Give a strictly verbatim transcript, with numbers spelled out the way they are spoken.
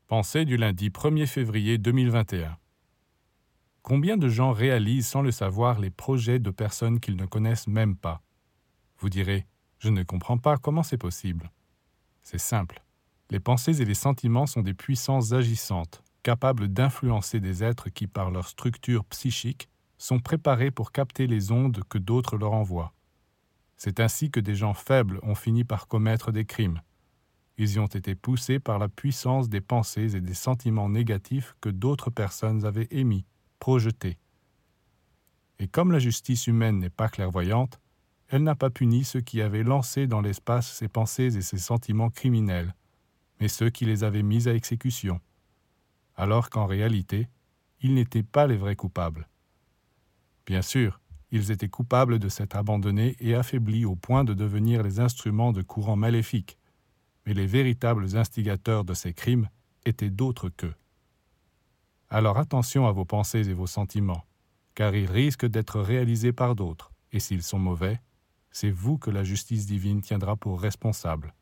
Pensée du lundi premier février deux mille vingt et un. Combien de gens réalisent sans le savoir les projets de personnes qu'ils ne connaissent même pas? Vous direz, je ne comprends pas comment c'est possible. C'est simple. Les pensées et les sentiments sont des puissances agissantes, capables d'influencer des êtres qui, par leur structure psychique, sont préparés pour capter les ondes que d'autres leur envoient. C'est ainsi que des gens faibles ont fini par commettre des crimes. Ils y ont été poussés par la puissance des pensées et des sentiments négatifs que d'autres personnes avaient émis, projetés. Et comme la justice humaine n'est pas clairvoyante, elle n'a pas puni ceux qui avaient lancé dans l'espace ces pensées et ces sentiments criminels, mais ceux qui les avaient mis à exécution, alors qu'en réalité, ils n'étaient pas les vrais coupables. Bien sûr, ils étaient coupables de s'être abandonnés et affaiblis au point de devenir les instruments de courants maléfiques, mais les véritables instigateurs de ces crimes étaient d'autres qu'eux. Alors attention à vos pensées et vos sentiments, car ils risquent d'être réalisés par d'autres, et s'ils sont mauvais, c'est vous que la justice divine tiendra pour responsable.